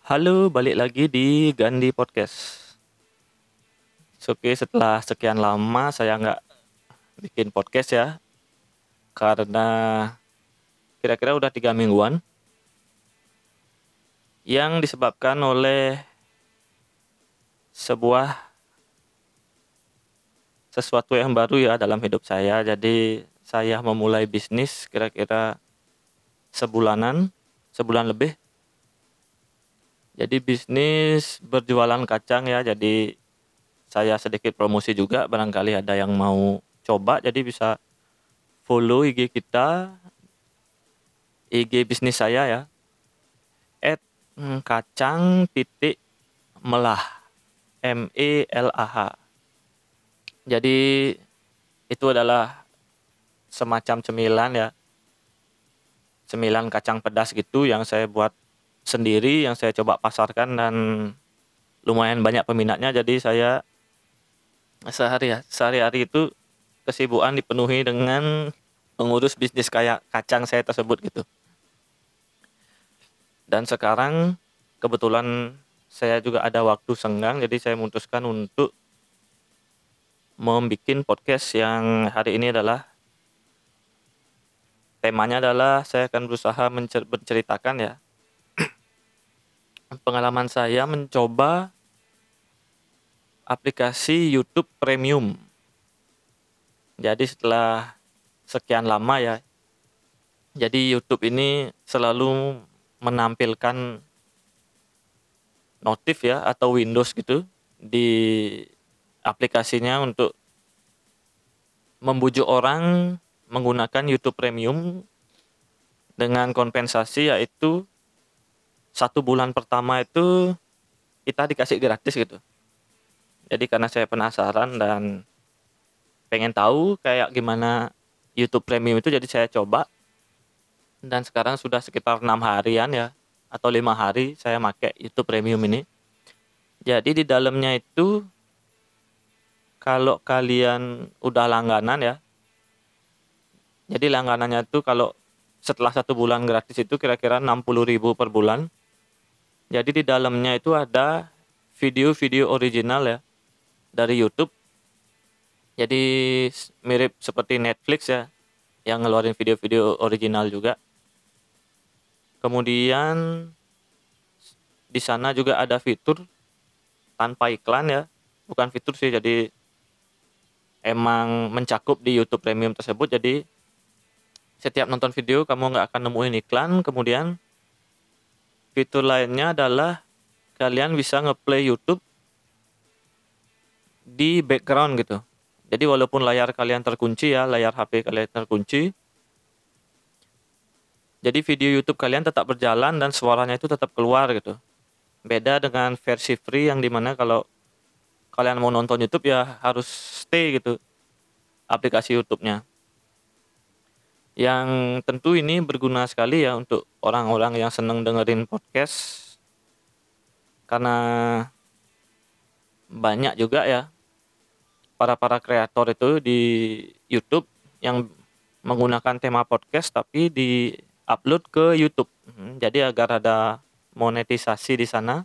Halo, balik lagi di Gandhi Podcast. Oke, setelah sekian lama saya nggak bikin podcast ya, karena kira-kira udah 3 mingguan, yang disebabkan oleh sebuah sesuatu yang baru ya dalam hidup saya. Jadi saya memulai bisnis kira-kira sebulanan, sebulan lebih. Jadi bisnis berjualan kacang ya, jadi saya sedikit promosi juga, barangkali ada yang mau coba, jadi bisa follow IG kita, IG bisnis saya ya, @kacang titik melah, MELAH. Jadi itu adalah semacam cemilan ya, cemilan kacang pedas gitu yang saya buat sendiri, yang saya coba pasarkan dan lumayan banyak peminatnya. Jadi saya sehari-hari itu kesibukan dipenuhi dengan mengurus bisnis kayak kacang saya tersebut gitu. Dan sekarang kebetulan saya juga ada waktu senggang, jadi saya memutuskan untuk membuat podcast yang hari ini adalah temanya adalah saya akan berusaha menceritakan ya pengalaman saya mencoba aplikasi YouTube Premium. Jadi setelah sekian lama ya, jadi YouTube ini selalu menampilkan notif ya atau Windows gitu di aplikasinya untuk membujuk orang menggunakan YouTube Premium dengan kompensasi, yaitu 1 bulan pertama itu kita dikasih gratis gitu. Jadi karena saya penasaran dan pengen tahu kayak gimana YouTube Premium itu, jadi saya coba dan sekarang sudah sekitar 6 harian ya atau 5 hari saya pakai YouTube Premium ini. Jadi di dalamnya itu kalau kalian udah langganan ya, jadi langganannya itu kalau setelah 1 bulan gratis itu kira-kira 60.000 per bulan. Jadi di dalamnya itu ada video-video original ya dari YouTube. Jadi mirip seperti Netflix ya, yang ngeluarin video-video original juga. Kemudian di sana juga ada fitur tanpa iklan ya, bukan fitur sih, jadi emang mencakup di YouTube Premium tersebut. Jadi setiap nonton video kamu nggak akan nemuin iklan. Kemudian fitur lainnya adalah kalian bisa ngeplay YouTube di background gitu. Jadi walaupun layar kalian terkunci ya, layar HP kalian terkunci, jadi video YouTube kalian tetap berjalan dan suaranya itu tetap keluar gitu. Beda dengan versi free yang dimana kalau kalian mau nonton YouTube ya harus stay gitu aplikasi YouTube-nya. Yang tentu ini berguna sekali ya untuk orang-orang yang senang dengerin podcast, karena banyak juga ya para kreator itu di YouTube yang menggunakan tema podcast tapi di-upload ke YouTube. Jadi agar ada monetisasi di sana.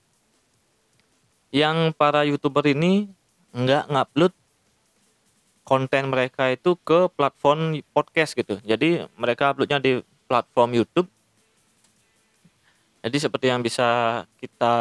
Yang para YouTuber ini nggak ngupload konten mereka itu ke platform podcast gitu. Jadi mereka uploadnya di platform YouTube. Jadi seperti yang bisa kita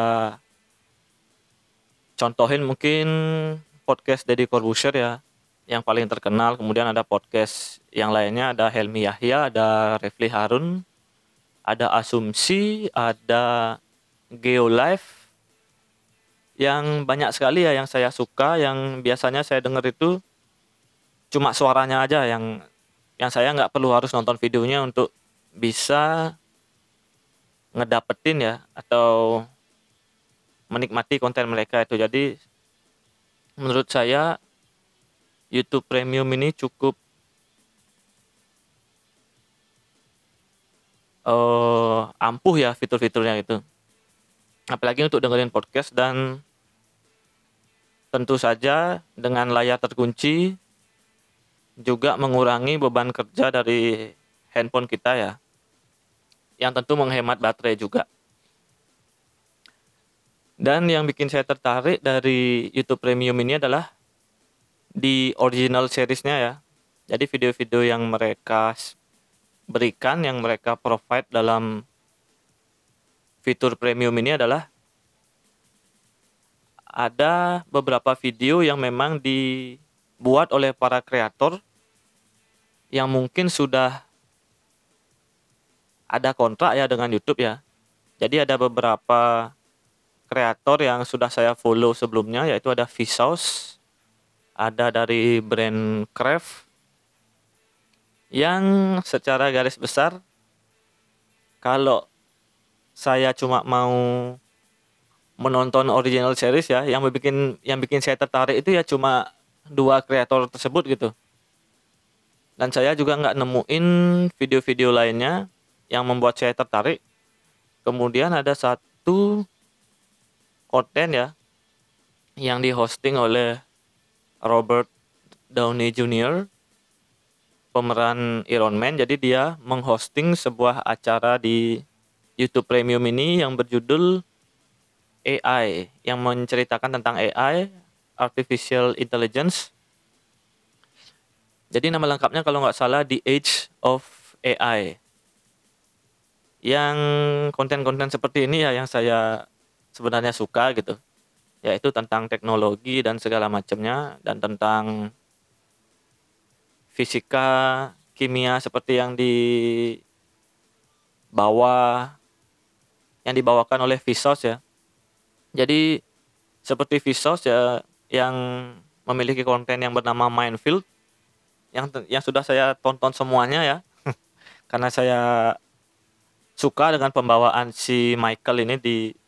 contohin mungkin podcast Deddy Corbuzier ya, yang paling terkenal. Kemudian ada podcast yang lainnya, ada Helmi Yahya, ada Refli Harun, ada Asumsi, ada Geolife, yang banyak sekali ya yang saya suka. Yang biasanya saya dengar itu cuma suaranya aja, yang saya nggak perlu harus nonton videonya untuk bisa ngedapetin ya atau menikmati konten mereka itu. Jadi menurut saya YouTube Premium ini cukup ampuh ya fitur-fiturnya itu. Apalagi untuk dengerin podcast, dan tentu saja dengan layar terkunci juga mengurangi beban kerja dari handphone kita ya, yang tentu menghemat baterai juga. Dan yang bikin saya tertarik dari YouTube Premium ini adalah di original seriesnya ya. Jadi video-video yang mereka berikan, yang mereka provide dalam fitur premium ini adalah ada beberapa video yang memang dibuat oleh para kreator yang mungkin sudah ada kontrak ya dengan YouTube ya. Jadi ada beberapa kreator yang sudah saya follow sebelumnya, yaitu ada Vsauce, ada dari brand Craft, yang secara garis besar kalau saya cuma mau menonton original series ya, yang bikin saya tertarik itu ya cuma dua kreator tersebut gitu. Dan saya juga nggak nemuin video-video lainnya yang membuat saya tertarik. Kemudian ada satu konten ya yang dihosting oleh Robert Downey Jr., pemeran Iron Man. Jadi dia menghosting sebuah acara di YouTube Premium ini yang berjudul AI, yang menceritakan tentang AI, Artificial Intelligence. Jadi nama lengkapnya kalau nggak salah The Age of AI. Yang konten-konten seperti ini ya yang saya sebenarnya suka gitu, yaitu tentang teknologi dan segala macamnya, dan tentang fisika, kimia seperti yang dibawakan oleh Vsauce ya. Jadi seperti Vsauce ya yang memiliki konten yang bernama Minefield yang sudah saya tonton semuanya ya. Karena saya suka dengan pembawaan si Michael ini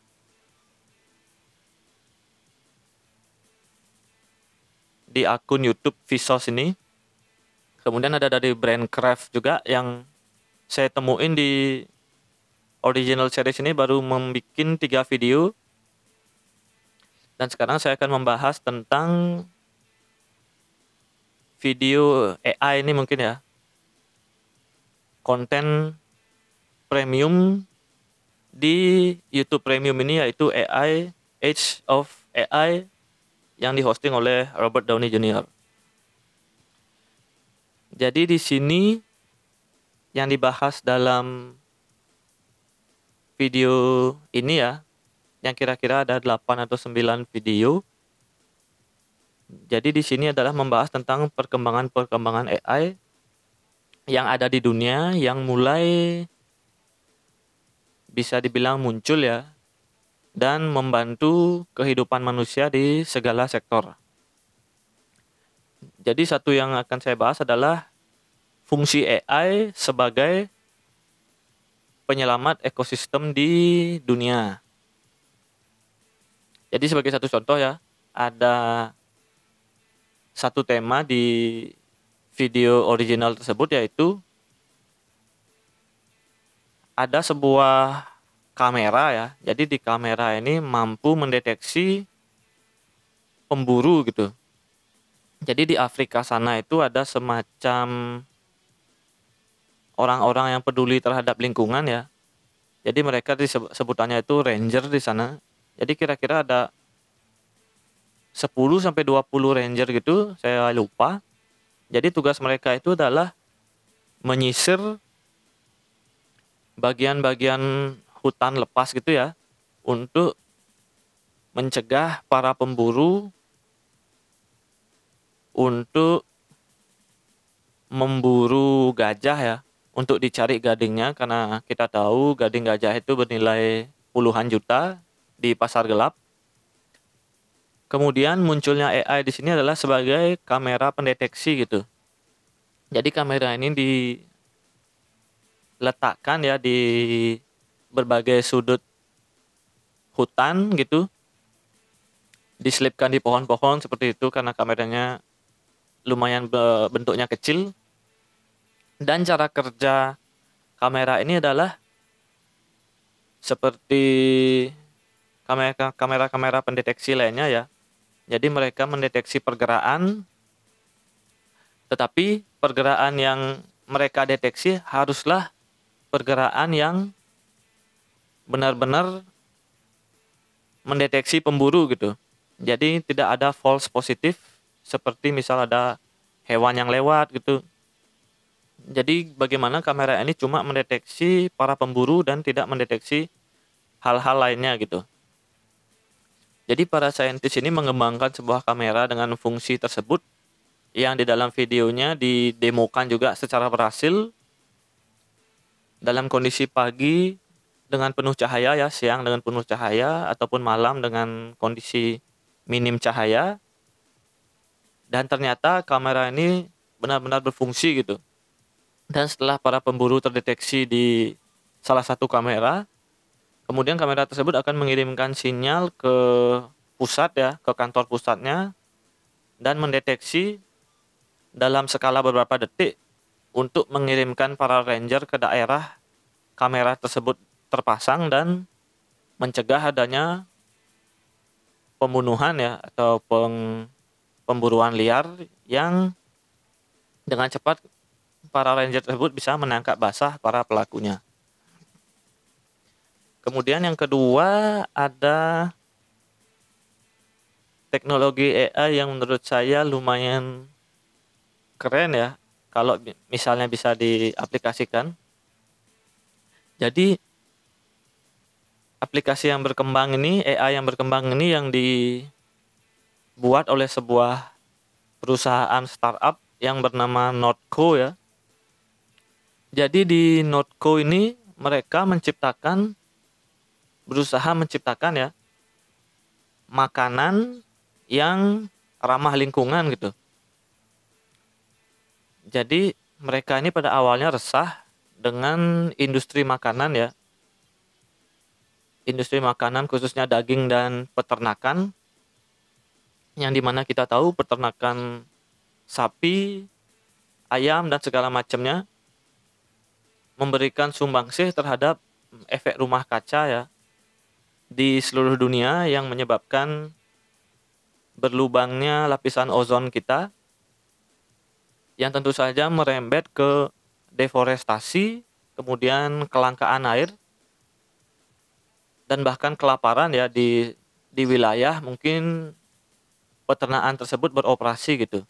di akun YouTube Vsauce ini. Kemudian ada dari brand Craft juga yang saya temuin di original series ini baru membuat 3 video. Dan sekarang saya akan membahas tentang video AI ini mungkin ya. Konten premium di YouTube Premium ini yaitu AI, Age of AI, yang dihosting oleh Robert Downey Jr. Jadi di sini yang dibahas dalam video ini ya, yang kira-kira ada 8 atau 9 video. Jadi di sini adalah membahas tentang perkembangan AI yang ada di dunia, yang mulai bisa dibilang muncul ya, dan membantu kehidupan manusia di segala sektor. Jadi satu yang akan saya bahas adalah fungsi AI sebagai penyelamat ekosistem di dunia. Jadi sebagai satu contoh ya, ada satu tema di video original tersebut, yaitu ada sebuah kamera ya. Jadi di kamera ini mampu mendeteksi pemburu gitu. Jadi di Afrika sana itu ada semacam orang-orang yang peduli terhadap lingkungan ya. Jadi mereka sebutannya itu ranger di sana. Jadi kira-kira ada 10 sampai 20 ranger gitu, saya lupa. Jadi tugas mereka itu adalah menyisir bagian-bagian hutan lepas gitu ya, untuk mencegah para pemburu untuk memburu gajah ya, untuk dicari gadingnya, karena kita tahu gading gajah itu bernilai puluhan juta di pasar gelap. Kemudian munculnya AI di sini adalah sebagai kamera pendeteksi gitu. Jadi kamera ini diletakkan ya di berbagai sudut hutan gitu, diselipkan di pohon-pohon seperti itu karena kameranya lumayan bentuknya kecil. Dan cara kerja kamera ini adalah seperti kamera pendeteksi lainnya ya. Jadi mereka mendeteksi pergerakan, tetapi pergerakan yang mereka deteksi haruslah pergerakan yang benar-benar mendeteksi pemburu gitu. Jadi tidak ada false positif seperti misal ada hewan yang lewat gitu. Jadi bagaimana kamera ini cuma mendeteksi para pemburu dan tidak mendeteksi hal-hal lainnya gitu. Jadi para saintis ini mengembangkan sebuah kamera dengan fungsi tersebut yang di dalam videonya didemokan juga secara berhasil dalam kondisi pagi dengan penuh cahaya ya, siang dengan penuh cahaya ataupun malam dengan kondisi minim cahaya. Dan ternyata kamera ini benar-benar berfungsi gitu. Dan setelah para pemburu terdeteksi di salah satu kamera, kemudian kamera tersebut akan mengirimkan sinyal ke pusat ya, ke kantor pusatnya dan mendeteksi dalam skala beberapa detik untuk mengirimkan para ranger ke daerah kamera tersebut terpasang dan mencegah adanya pembunuhan ya atau pemburuan liar yang dengan cepat para ranger tersebut bisa menangkap basah para pelakunya. Kemudian yang kedua ada teknologi AI yang menurut saya lumayan keren ya kalau misalnya bisa diaplikasikan. Jadi aplikasi yang berkembang ini, AI yang berkembang ini yang dibuat oleh sebuah perusahaan startup yang bernama Notco ya. Jadi di Notco ini mereka berusaha menciptakan ya makanan yang ramah lingkungan gitu. Jadi mereka ini pada awalnya resah dengan industri makanan ya. Industri makanan khususnya daging dan peternakan. Yang dimana kita tahu peternakan sapi, ayam dan segala macamnya memberikan sumbangsih terhadap efek rumah kaca ya di seluruh dunia yang menyebabkan berlubangnya lapisan ozon kita yang tentu saja merembet ke deforestasi, kemudian kelangkaan air dan bahkan kelaparan ya di wilayah mungkin peternakan tersebut beroperasi gitu.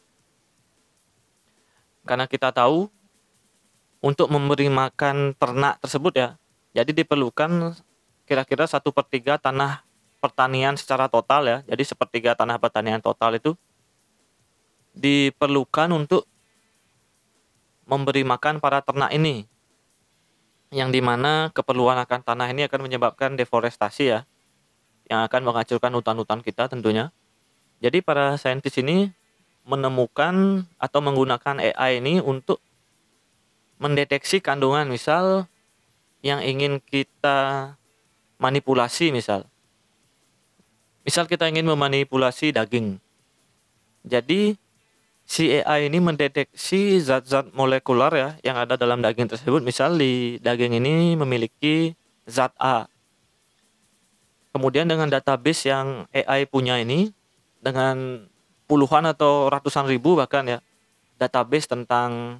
Karena kita tahu untuk memberi makan ternak tersebut ya, jadi diperlukan kira-kira 1/3 tanah pertanian secara total ya. Jadi 1/3 tanah pertanian total itu diperlukan untuk memberi makan para ternak ini. Yang dimana keperluan akan tanah ini akan menyebabkan deforestasi ya, yang akan menghancurkan hutan-hutan kita tentunya. Jadi para saintis ini menemukan atau menggunakan AI ini untuk mendeteksi kandungan misal yang ingin kita manipulasi misal. Misal kita ingin memanipulasi daging. Jadi si AI ini mendeteksi zat-zat molekular ya yang ada dalam daging tersebut. Misal di daging ini memiliki zat A. Kemudian dengan database yang AI punya ini dengan puluhan atau ratusan ribu bahkan ya database tentang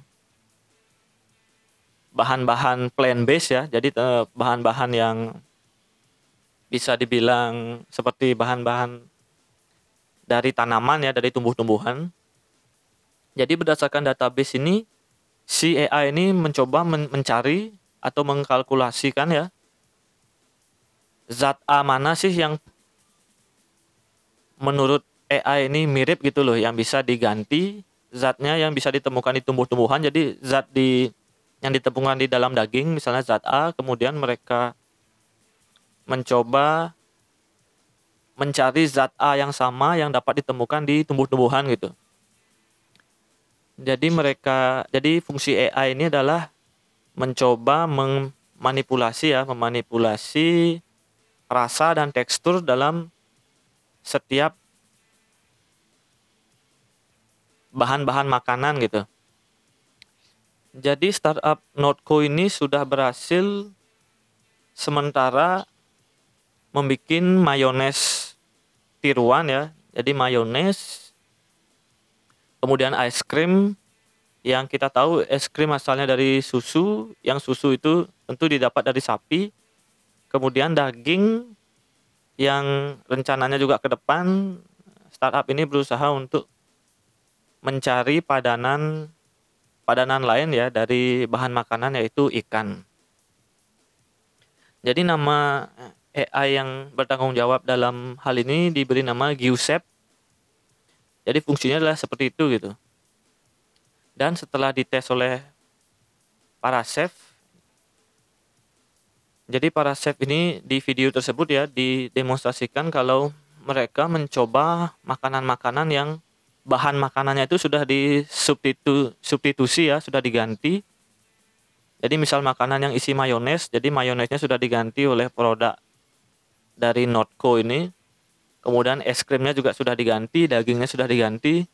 bahan-bahan plant based ya. Jadi bahan-bahan yang bisa dibilang seperti bahan-bahan dari tanaman ya, dari tumbuh-tumbuhan. Jadi berdasarkan database ini, si AI ini mencoba mencari atau mengkalkulasikan ya, zat A mana sih yang menurut AI ini mirip gitu loh, yang bisa diganti zatnya yang bisa ditemukan di tumbuh-tumbuhan. Jadi yang ditemukan di dalam daging misalnya zat A, kemudian mereka mencoba mencari zat A yang sama yang dapat ditemukan di tumbuh-tumbuhan gitu. Jadi fungsi AI ini adalah mencoba memanipulasi rasa dan tekstur dalam setiap bahan-bahan makanan gitu. Jadi startup Notco ini sudah berhasil sementara membuat mayones tiruan ya. Jadi mayones, kemudian es krim yang kita tahu es krim asalnya dari susu, yang susu itu tentu didapat dari sapi. Kemudian daging yang rencananya juga ke depan startup ini berusaha untuk mencari padanan lain ya dari bahan makanan yaitu ikan. Jadi nama AI yang bertanggung jawab dalam hal ini diberi nama Giuseppe. Jadi fungsinya adalah seperti itu gitu. Dan setelah dites oleh para chef, jadi para chef ini di video tersebut ya didemonstrasikan kalau mereka mencoba makanan-makanan yang bahan makanannya itu sudah substitusi ya, sudah diganti. Jadi misal makanan yang isi mayones, jadi mayonesnya sudah diganti oleh produk dari Notco ini. Kemudian es krimnya juga sudah diganti, dagingnya sudah diganti.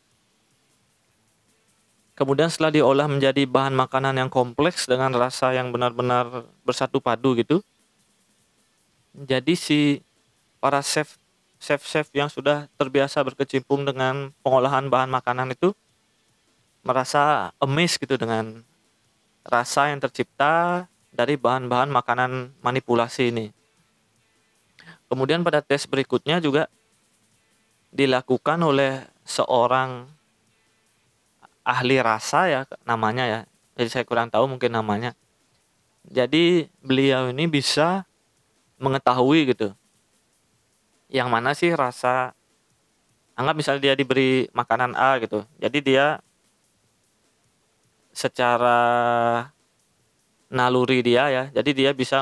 Kemudian setelah diolah menjadi bahan makanan yang kompleks dengan rasa yang benar-benar bersatu padu gitu. Jadi si para chef yang sudah terbiasa berkecimpung dengan pengolahan bahan makanan itu merasa amazed gitu dengan rasa yang tercipta dari bahan-bahan makanan manipulasi ini. Kemudian pada tes berikutnya juga dilakukan oleh seorang ahli rasa ya namanya ya. Jadi saya kurang tahu mungkin namanya. Jadi beliau ini bisa mengetahui gitu. Yang mana sih rasa, anggap misalnya dia diberi makanan A gitu. Jadi dia secara naluri dia ya. Jadi dia bisa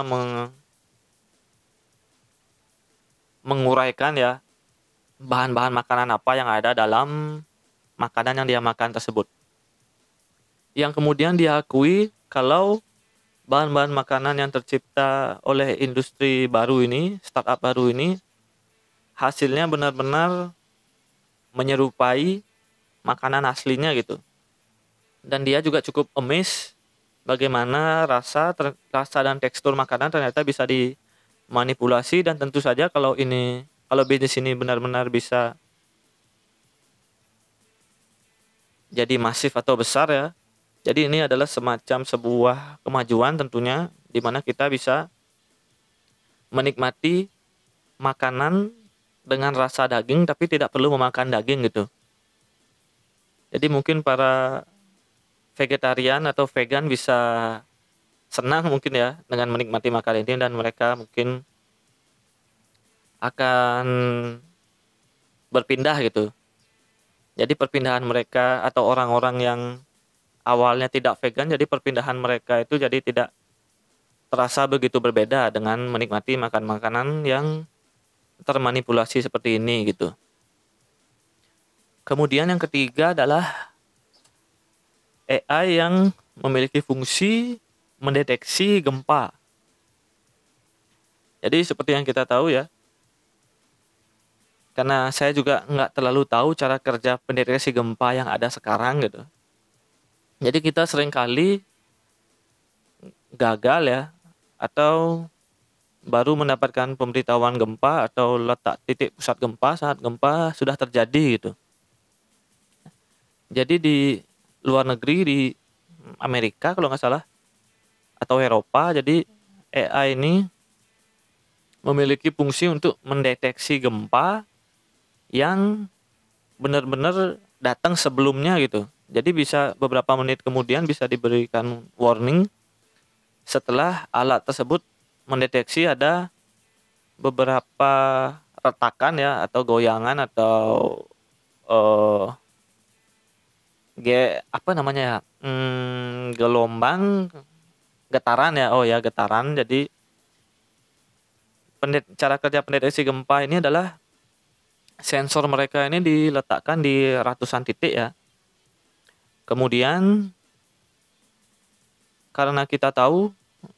menguraikan ya bahan-bahan makanan apa yang ada dalam makanan yang dia makan tersebut. Yang kemudian diakui kalau bahan-bahan makanan yang tercipta oleh industri baru ini, startup baru ini, hasilnya benar-benar menyerupai makanan aslinya gitu. Dan dia juga cukup amazed bagaimana rasa dan tekstur makanan ternyata bisa dimanipulasi, dan tentu saja kalau bisnis ini benar-benar bisa jadi masif atau besar ya. Jadi ini adalah semacam sebuah kemajuan tentunya di mana kita bisa menikmati makanan dengan rasa daging tapi tidak perlu memakan daging gitu. Jadi mungkin para vegetarian atau vegan bisa senang mungkin ya dengan menikmati makanan ini, dan mereka mungkin akan berpindah gitu. Jadi perpindahan mereka atau orang-orang yang awalnya tidak vegan, jadi perpindahan mereka itu jadi tidak terasa begitu berbeda dengan menikmati makan makanan yang termanipulasi seperti ini gitu. Kemudian yang ketiga adalah AI yang memiliki fungsi mendeteksi gempa. Jadi seperti yang kita tahu ya, karena saya juga nggak terlalu tahu cara kerja pendeteksi gempa yang ada sekarang gitu. Jadi kita seringkali gagal ya, atau baru mendapatkan pemberitahuan gempa atau letak titik pusat gempa saat gempa sudah terjadi gitu. Jadi di luar negeri, di Amerika kalau nggak salah, atau Eropa, jadi AI ini memiliki fungsi untuk mendeteksi gempa yang benar-benar datang sebelumnya gitu. Jadi bisa beberapa menit kemudian bisa diberikan warning setelah alat tersebut mendeteksi ada beberapa retakan ya atau goyangan atau apa namanya ya, gelombang, getaran ya, getaran. Jadi cara kerja pendeteksi gempa ini adalah sensor mereka ini diletakkan di ratusan titik ya. Kemudian karena kita tahu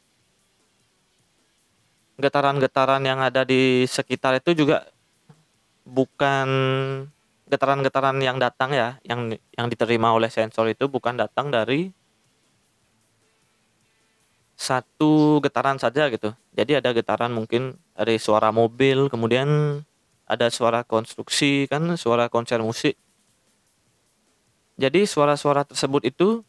getaran-getaran yang ada di sekitar itu juga bukan getaran-getaran yang datang ya, yang diterima oleh sensor itu bukan datang dari satu getaran saja gitu. Jadi ada getaran mungkin dari suara mobil, kemudian ada suara konstruksi kan, suara konser musik. Jadi suara-suara tersebut itu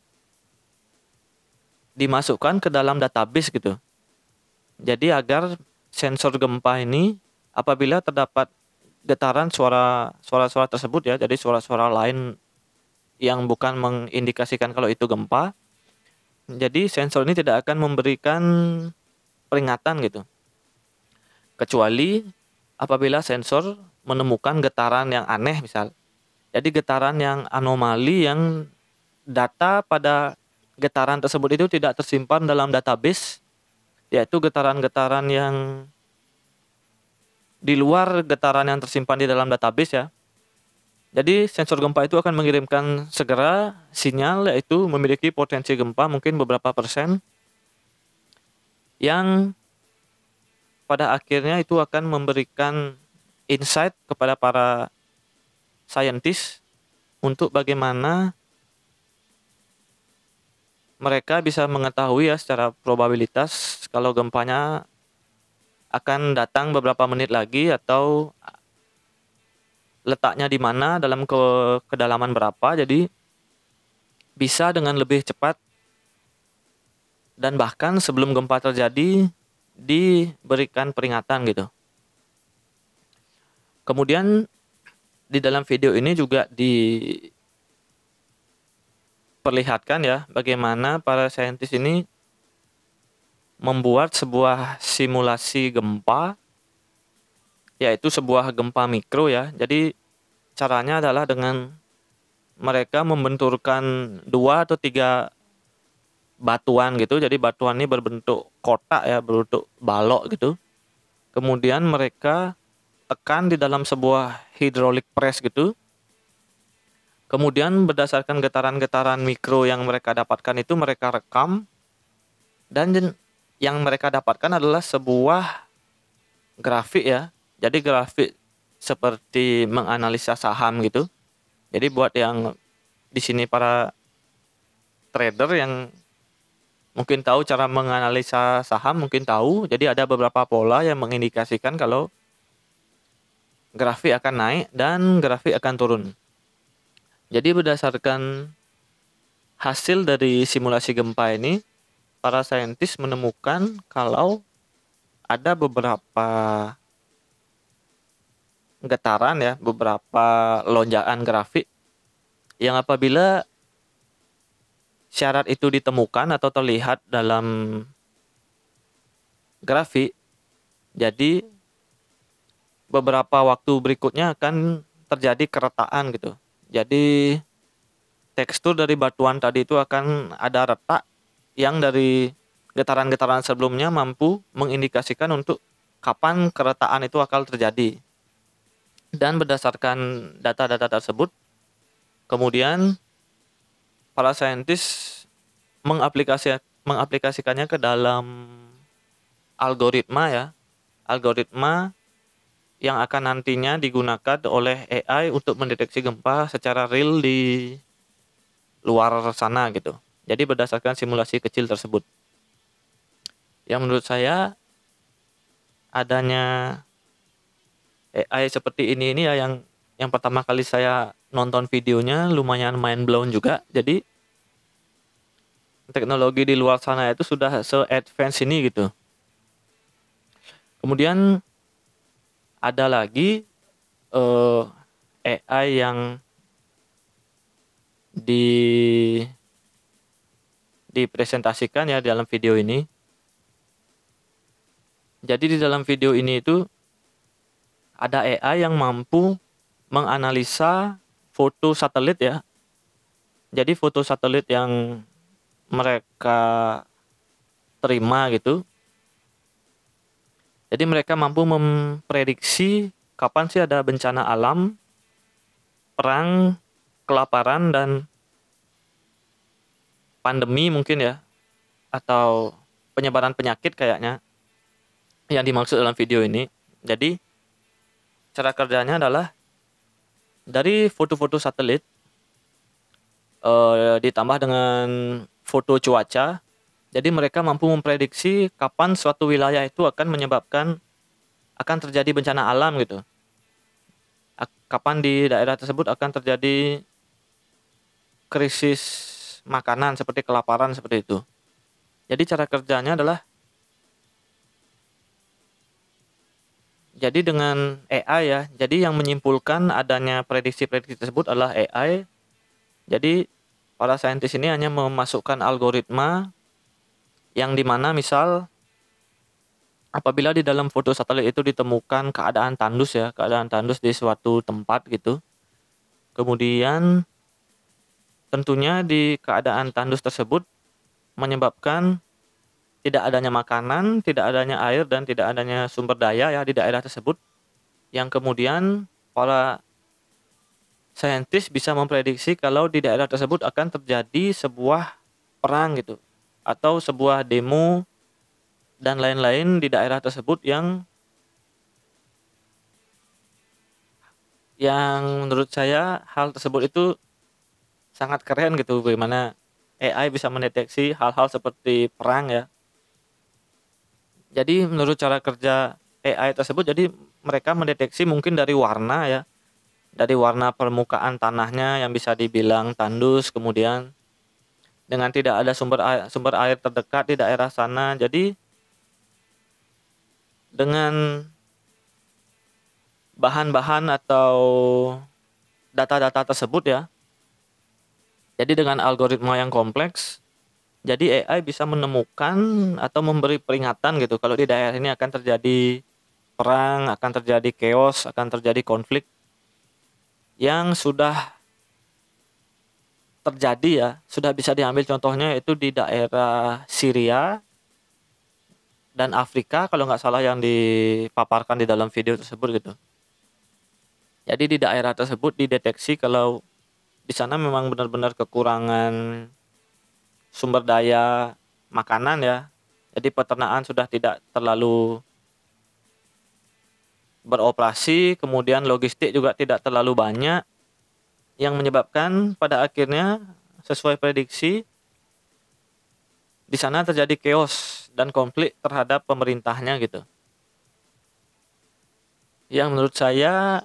dimasukkan ke dalam database gitu. Jadi agar sensor gempa ini apabila terdapat getaran suara-suara tersebut ya, jadi suara-suara lain yang bukan mengindikasikan kalau itu gempa, jadi sensor ini tidak akan memberikan peringatan gitu. Kecuali apabila sensor menemukan getaran yang aneh misal. Jadi getaran yang anomali yang data pada getaran tersebut itu tidak tersimpan dalam database, yaitu getaran-getaran yang di luar getaran yang tersimpan di dalam database ya. Jadi sensor gempa itu akan mengirimkan segera sinyal yaitu memiliki potensi gempa mungkin beberapa persen yang pada akhirnya itu akan memberikan insight kepada para saintis untuk bagaimana mereka bisa mengetahui ya secara probabilitas kalau gempanya akan datang beberapa menit lagi atau letaknya di mana dalam kedalaman berapa. Jadi bisa dengan lebih cepat dan bahkan sebelum gempa terjadi diberikan peringatan gitu. Kemudian di dalam video ini juga diperlihatkan ya bagaimana para saintis ini membuat sebuah simulasi gempa, yaitu sebuah gempa mikro ya. Jadi caranya adalah dengan mereka membenturkan 2 atau 3 batuan gitu. Jadi batuan ini berbentuk kotak ya, berbentuk balok gitu. Kemudian mereka tekan di dalam sebuah hydraulic press gitu. Kemudian berdasarkan getaran-getaran mikro yang mereka dapatkan itu mereka rekam, dan yang mereka dapatkan adalah sebuah grafik ya. Jadi grafik seperti menganalisa saham gitu. Jadi buat yang di sini para trader yang mungkin tahu cara menganalisa saham mungkin tahu. Jadi ada beberapa pola yang mengindikasikan kalau grafik akan naik dan grafik akan turun. Jadi berdasarkan hasil dari simulasi gempa ini, para saintis menemukan kalau ada beberapa getaran ya, beberapa lonjakan grafik yang apabila syarat itu ditemukan atau terlihat dalam grafik, jadi beberapa waktu berikutnya akan terjadi keretaan gitu. Jadi tekstur dari batuan tadi itu akan ada retak yang dari getaran-getaran sebelumnya mampu mengindikasikan untuk kapan keretaan itu akan terjadi. Dan berdasarkan data-data tersebut, kemudian para saintis mengaplikasikannya ke dalam algoritma ya. Algoritma yang akan nantinya digunakan oleh AI untuk mendeteksi gempa secara real di luar sana gitu. Jadi berdasarkan simulasi kecil tersebut. Yang menurut saya adanya AI seperti ini ya yang pertama kali saya nonton videonya lumayan mind blown juga. Jadi teknologi di luar sana itu sudah se-advance ini gitu. Kemudian ada lagi AI yang dipresentasikan ya dalam video ini. Jadi di dalam video ini itu ada AI yang mampu menganalisa foto satelit ya. Jadi foto satelit yang mereka terima gitu. Jadi mereka mampu memprediksi kapan sih ada bencana alam, perang, kelaparan, dan pandemi mungkin ya, atau penyebaran penyakit kayaknya yang dimaksud dalam video ini. Jadi cara kerjanya adalah dari foto-foto satelit ditambah dengan foto cuaca. Jadi mereka mampu memprediksi kapan suatu wilayah itu akan terjadi bencana alam gitu. Kapan di daerah tersebut akan terjadi krisis makanan seperti kelaparan seperti itu. Jadi cara kerjanya adalah Jadi dengan AI ya, jadi yang menyimpulkan adanya prediksi-prediksi tersebut adalah AI. Jadi para saintis ini hanya memasukkan algoritma yang dimana misal apabila di dalam foto satelit itu ditemukan keadaan tandus di suatu tempat gitu. Kemudian tentunya di keadaan tandus tersebut menyebabkan tidak adanya makanan, tidak adanya air, dan tidak adanya sumber daya ya di daerah tersebut, yang kemudian para saintis bisa memprediksi kalau di daerah tersebut akan terjadi sebuah perang gitu, atau sebuah demo dan lain-lain di daerah tersebut yang menurut saya hal tersebut itu sangat keren gitu, bagaimana AI bisa mendeteksi hal-hal seperti perang ya. Jadi menurut cara kerja AI tersebut, jadi mereka mendeteksi mungkin dari warna ya, dari warna permukaan tanahnya yang bisa dibilang tandus, kemudian dengan tidak ada sumber air terdekat di daerah sana. Jadi dengan bahan-bahan atau data-data tersebut ya, jadi dengan algoritma yang kompleks, jadi AI bisa menemukan atau memberi peringatan gitu kalau di daerah ini akan terjadi perang, akan terjadi chaos, akan terjadi konflik yang sudah terjadi ya, sudah bisa diambil contohnya itu di daerah Syria dan Afrika kalau nggak salah yang dipaparkan di dalam video tersebut gitu. Jadi di daerah tersebut dideteksi kalau di sana memang benar-benar kekurangan sumber daya makanan ya. Jadi peternakan sudah tidak terlalu beroperasi, kemudian logistik juga tidak terlalu banyak, yang menyebabkan pada akhirnya sesuai prediksi di sana terjadi chaos dan konflik terhadap pemerintahnya gitu. Yang menurut saya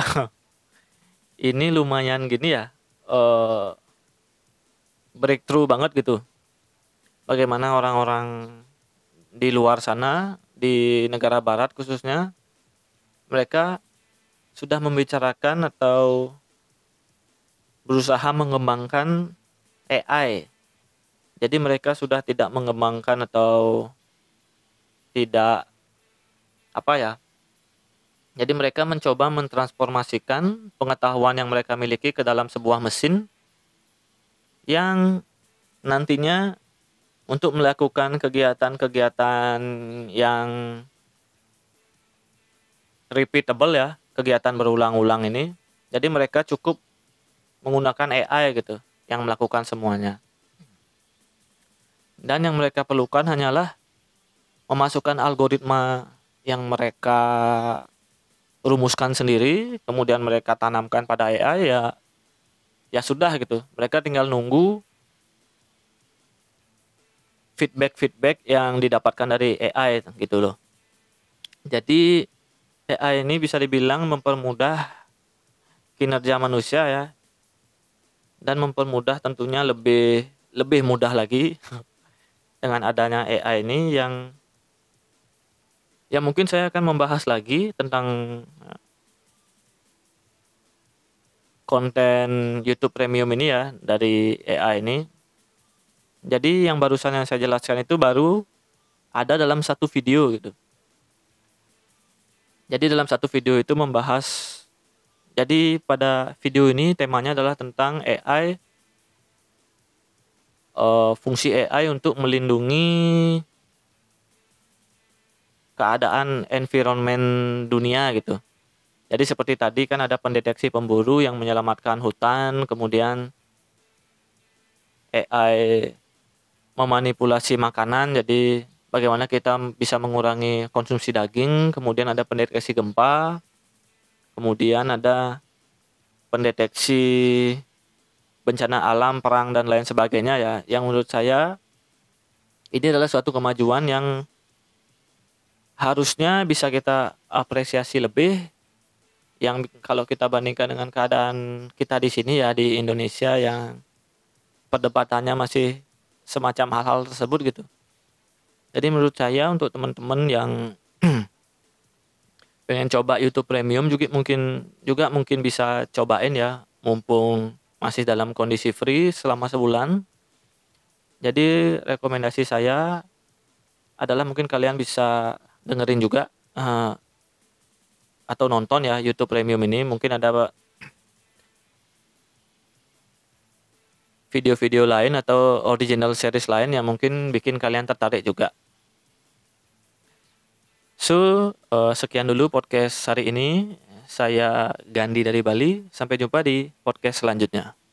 ini lumayan gini ya, eh, breakthrough banget gitu. Bagaimana orang-orang di luar sana, di negara barat khususnya, mereka sudah membicarakan atau berusaha mengembangkan AI. Jadi mereka sudah tidak mengembangkan atau tidak apa ya. Jadi mereka mencoba mentransformasikan pengetahuan yang mereka miliki ke dalam sebuah mesin yang nantinya untuk melakukan kegiatan-kegiatan yang repeatable ya, kegiatan berulang-ulang ini. Jadi mereka cukup menggunakan AI gitu yang melakukan semuanya. Dan yang mereka perlukan hanyalah memasukkan algoritma yang mereka rumuskan sendiri, kemudian mereka tanamkan pada AI ya, ya sudah gitu. Mereka tinggal nunggu feedback yang didapatkan dari AI gitu loh. Jadi AI ini bisa dibilang mempermudah kinerja manusia ya, dan mempermudah tentunya lebih lebih mudah lagi dengan adanya AI ini yang ya mungkin saya akan membahas lagi tentang konten YouTube Premium ini ya dari AI ini. Jadi yang barusan yang saya jelaskan itu baru ada dalam satu video gitu. Jadi dalam satu video itu membahas, jadi pada video ini temanya adalah tentang AI, fungsi AI untuk melindungi keadaan environment dunia gitu. Jadi seperti tadi kan ada pendeteksi pemburu yang menyelamatkan hutan, kemudian AI memanipulasi makanan, jadi bagaimana kita bisa mengurangi konsumsi daging, kemudian ada pendeteksi gempa, kemudian ada pendeteksi bencana alam, perang dan lain sebagainya ya, yang menurut saya ini adalah suatu kemajuan yang harusnya bisa kita apresiasi lebih, yang kalau kita bandingkan dengan keadaan kita di sini ya di Indonesia yang perdebatannya masih semacam hal-hal tersebut gitu. Jadi menurut saya untuk teman-teman yang pengen coba YouTube Premium juga mungkin bisa cobain ya, mumpung masih dalam kondisi free selama sebulan. Jadi rekomendasi saya adalah mungkin kalian bisa dengerin juga atau nonton ya YouTube Premium ini. Mungkin ada video-video lain atau original series lain yang mungkin bikin kalian tertarik juga. Sekian dulu podcast hari ini. Saya Gandhi dari Bali. Sampai jumpa di podcast selanjutnya.